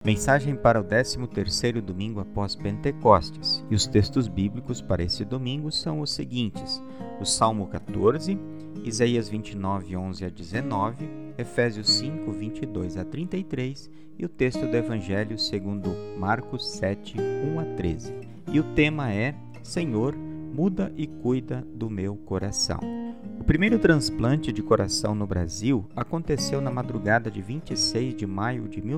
Mensagem para o 13º domingo após Pentecostes. E os textos bíblicos para esse domingo são os seguintes: o Salmo 14, Isaías 29, 11 a 19, Efésios 5, 22 a 33 e o texto do Evangelho segundo Marcos 7, 1 a 13. E o tema é: Senhor, muda e cuida do meu coração. O primeiro transplante de coração no Brasil aconteceu na madrugada de 26 de maio de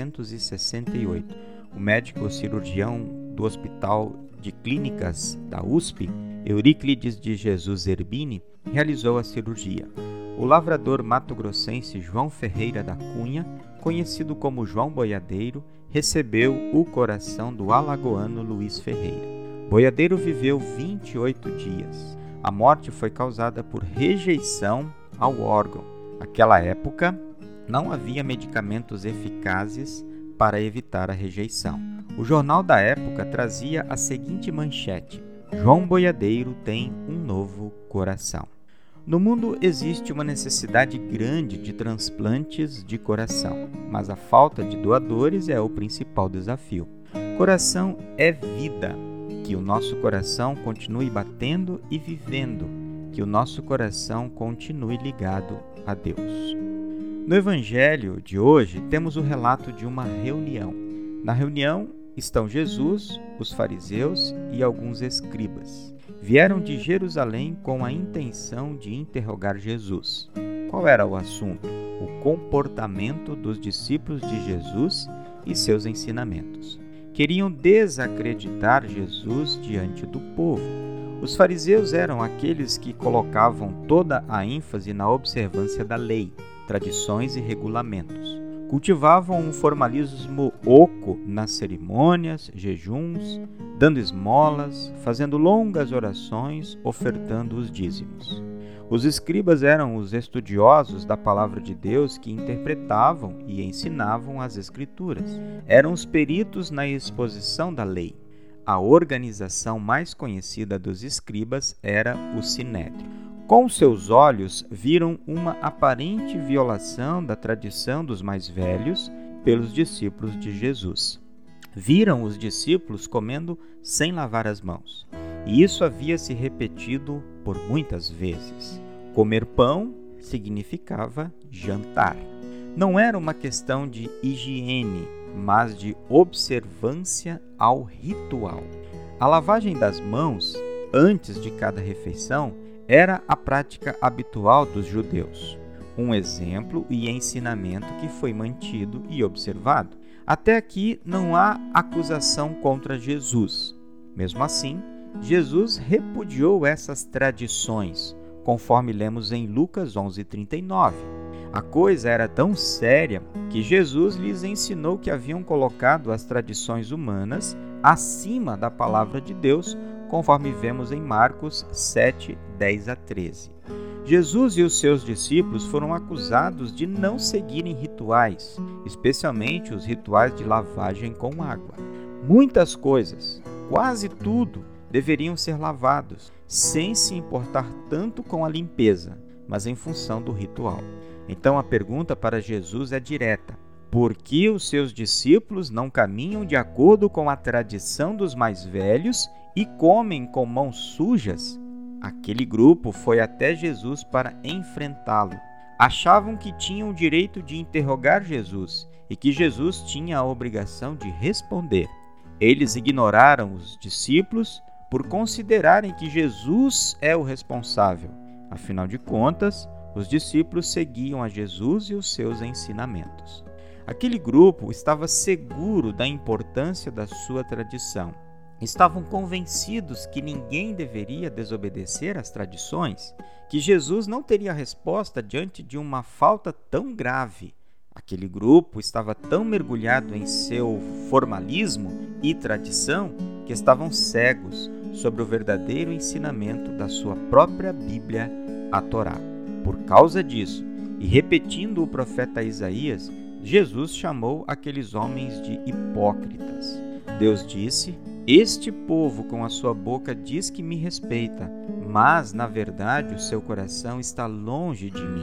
1968. O médico cirurgião do Hospital de Clínicas da USP, Euríclides de Jesus Zerbini, realizou a cirurgia. O lavrador mato-grossense João Ferreira da Cunha, conhecido como João Boiadeiro, recebeu o coração do alagoano Luiz Ferreira. Boiadeiro viveu 28 dias. A morte foi causada por rejeição ao órgão. Naquela época, não havia medicamentos eficazes para evitar a rejeição. O jornal da época trazia a seguinte manchete: João Boiadeiro tem um novo coração. No mundo existe uma necessidade grande de transplantes de coração, mas a falta de doadores é o principal desafio. Coração é vida. Que o nosso coração continue batendo e vivendo, que o nosso coração continue ligado a Deus. No Evangelho de hoje, temos o relato de uma reunião. Na reunião estão Jesus, os fariseus e alguns escribas. Vieram de Jerusalém com a intenção de interrogar Jesus. Qual era o assunto? O comportamento dos discípulos de Jesus e seus ensinamentos. Queriam desacreditar Jesus diante do povo. Os fariseus eram aqueles que colocavam toda a ênfase na observância da lei, tradições e regulamentos. Cultivavam um formalismo oco nas cerimônias, jejuns, dando esmolas, fazendo longas orações, ofertando os dízimos. Os escribas eram os estudiosos da palavra de Deus que interpretavam e ensinavam as Escrituras. Eram os peritos na exposição da lei. A organização mais conhecida dos escribas era o Sinédrio. Com seus olhos viram uma aparente violação da tradição dos mais velhos pelos discípulos de Jesus. Viram os discípulos comendo sem lavar as mãos. E isso havia se repetido por muitas vezes. Comer pão significava jantar. Não era uma questão de higiene, mas de observância ao ritual. A lavagem das mãos, antes de cada refeição, era a prática habitual dos judeus. Um exemplo e ensinamento que foi mantido e observado. Até aqui não há acusação contra Jesus. Mesmo assim, Jesus repudiou essas tradições, conforme lemos em Lucas 11:39. A coisa era tão séria que Jesus lhes ensinou que haviam colocado as tradições humanas acima da palavra de Deus, conforme vemos em Marcos 7, 10 a 13. Jesus e os seus discípulos foram acusados de não seguirem rituais, especialmente os rituais de lavagem com água. Muitas coisas, quase tudo, deveriam ser lavados, sem se importar tanto com a limpeza, mas em função do ritual. Então a pergunta para Jesus é direta: por que os seus discípulos não caminham de acordo com a tradição dos mais velhos e comem com mãos sujas? Aquele grupo foi até Jesus para enfrentá-lo. Achavam que tinham o direito de interrogar Jesus e que Jesus tinha a obrigação de responder. Eles ignoraram os discípulos por considerarem que Jesus é o responsável. Afinal de contas, os discípulos seguiam a Jesus e os seus ensinamentos. Aquele grupo estava seguro da importância da sua tradição. Estavam convencidos que ninguém deveria desobedecer às tradições, que Jesus não teria resposta diante de uma falta tão grave. Aquele grupo estava tão mergulhado em seu formalismo e tradição que estavam cegos sobre o verdadeiro ensinamento da sua própria Bíblia, a Torá. Por causa disso, e repetindo o profeta Isaías, Jesus chamou aqueles homens de hipócritas. Deus disse: este povo com a sua boca diz que me respeita, mas, na verdade, o seu coração está longe de mim.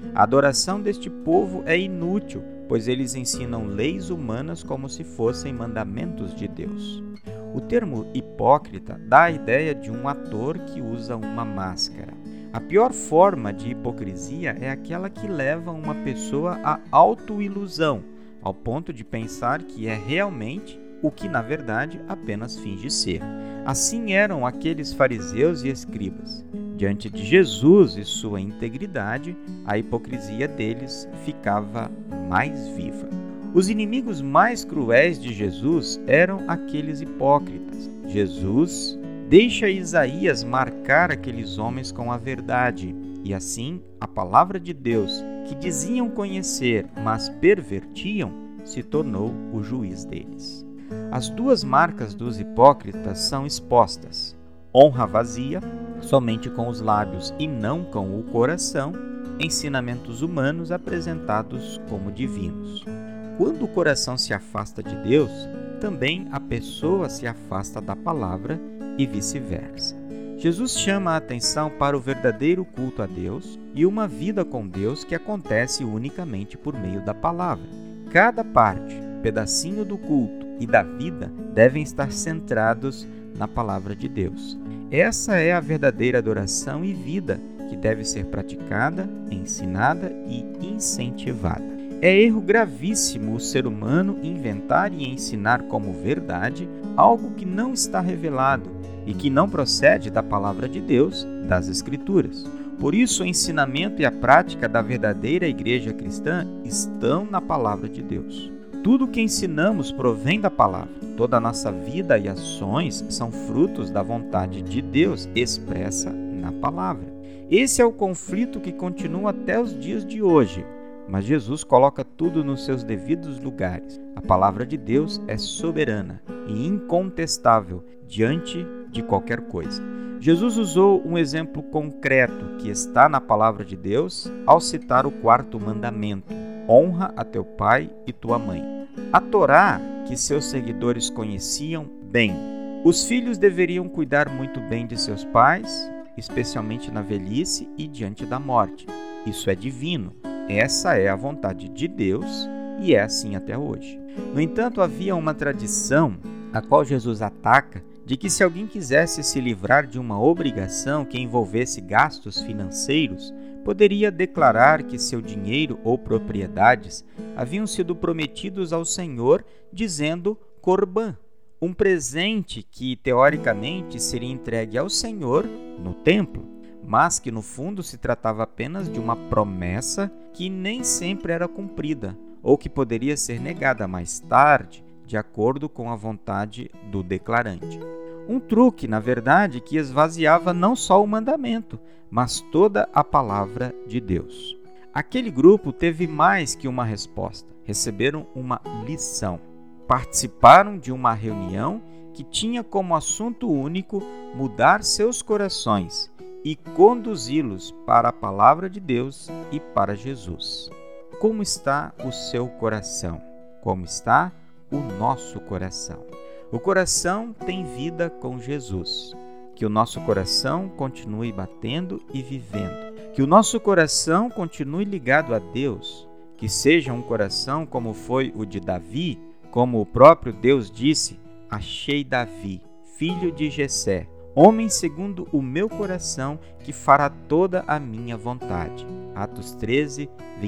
A adoração deste povo é inútil, pois eles ensinam leis humanas como se fossem mandamentos de Deus. O termo hipócrita dá a ideia de um ator que usa uma máscara. A pior forma de hipocrisia é aquela que leva uma pessoa à autoilusão, ao ponto de pensar que é realmente o que, na verdade, apenas finge ser. Assim eram aqueles fariseus e escribas. Diante de Jesus e sua integridade, a hipocrisia deles ficava mais viva. Os inimigos mais cruéis de Jesus eram aqueles hipócritas. Jesus deixa Isaías marcar aqueles homens com a verdade, e assim a palavra de Deus, que diziam conhecer, mas pervertiam, se tornou o juiz deles. As duas marcas dos hipócritas são expostas: honra vazia, somente com os lábios e não com o coração, ensinamentos humanos apresentados como divinos. Quando o coração se afasta de Deus, também a pessoa se afasta da palavra e vice-versa. Jesus chama a atenção para o verdadeiro culto a Deus e uma vida com Deus que acontece unicamente por meio da palavra. Cada parte, pedacinho do culto e da vida devem estar centrados na palavra de Deus. Essa é a verdadeira adoração e vida que deve ser praticada, ensinada e incentivada. É erro gravíssimo o ser humano inventar e ensinar como verdade algo que não está revelado e que não procede da palavra de Deus, das Escrituras. Por isso, o ensinamento e a prática da verdadeira igreja cristã estão na palavra de Deus. Tudo o que ensinamos provém da palavra. Toda a nossa vida e ações são frutos da vontade de Deus expressa na palavra. Esse é o conflito que continua até os dias de hoje. Mas Jesus coloca tudo nos seus devidos lugares. A palavra de Deus é soberana e incontestável diante de qualquer coisa. Jesus usou um exemplo concreto que está na palavra de Deus ao citar o 4º mandamento: honra a teu pai e tua mãe. A Torá, que seus seguidores conheciam bem. Os filhos deveriam cuidar muito bem de seus pais, especialmente na velhice e diante da morte. Isso é divino. Essa é a vontade de Deus e é assim até hoje. No entanto, havia uma tradição, a qual Jesus ataca, de que se alguém quisesse se livrar de uma obrigação que envolvesse gastos financeiros, poderia declarar que seu dinheiro ou propriedades haviam sido prometidos ao Senhor, dizendo Corban, um presente que teoricamente seria entregue ao Senhor no templo, mas que no fundo se tratava apenas de uma promessa que nem sempre era cumprida, ou que poderia ser negada mais tarde, de acordo com a vontade do declarante. Um truque, na verdade, que esvaziava não só o mandamento, mas toda a palavra de Deus. Aquele grupo teve mais que uma resposta, receberam uma lição. Participaram de uma reunião que tinha como assunto único mudar seus corações e conduzi-los para a palavra de Deus e para Jesus. Como está o seu coração? Como está o nosso coração? O coração tem vida com Jesus. Que o nosso coração continue batendo e vivendo. Que o nosso coração continue ligado a Deus. Que seja um coração como foi o de Davi, como o próprio Deus disse: achei Davi, filho de Jessé, homem segundo o meu coração, que fará toda a minha vontade. Atos 13,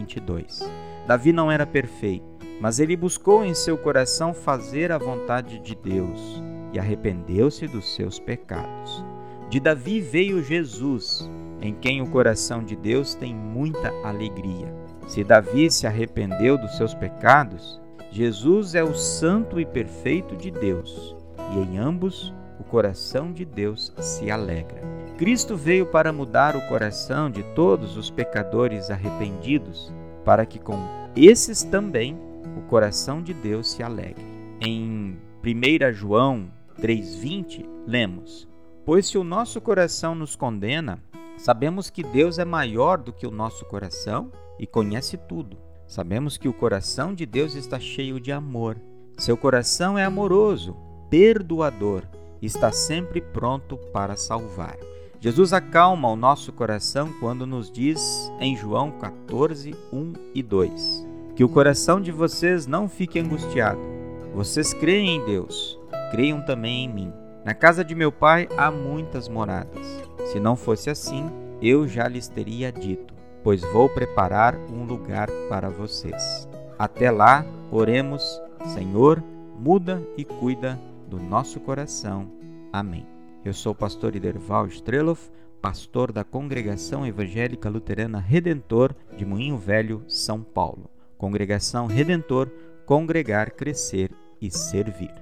22. Davi não era perfeito, mas ele buscou em seu coração fazer a vontade de Deus e arrependeu-se dos seus pecados. De Davi veio Jesus, em quem o coração de Deus tem muita alegria. Se Davi se arrependeu dos seus pecados, Jesus é o santo e perfeito de Deus, e em ambos o coração de Deus se alegra. Cristo veio para mudar o coração de todos os pecadores arrependidos, para que com esses também o coração de Deus se alegre. Em 1 João 3,20, lemos: pois se o nosso coração nos condena, sabemos que Deus é maior do que o nosso coração e conhece tudo. Sabemos que o coração de Deus está cheio de amor. Seu coração é amoroso, perdoador, está sempre pronto para salvar. Jesus acalma o nosso coração quando nos diz em João 14, 1 e 2: que o coração de vocês não fique angustiado. Vocês creem em Deus, creiam também em mim. Na casa de meu Pai há muitas moradas. Se não fosse assim, eu já lhes teria dito, pois vou preparar um lugar para vocês. Até lá, oremos: Senhor, muda e cuida do nosso coração. Amém. Eu sou o pastor Iderval Streloff, pastor da Congregação Evangélica Luterana Redentor de Moinho Velho, São Paulo. Congregação Redentor, congregar, crescer e servir.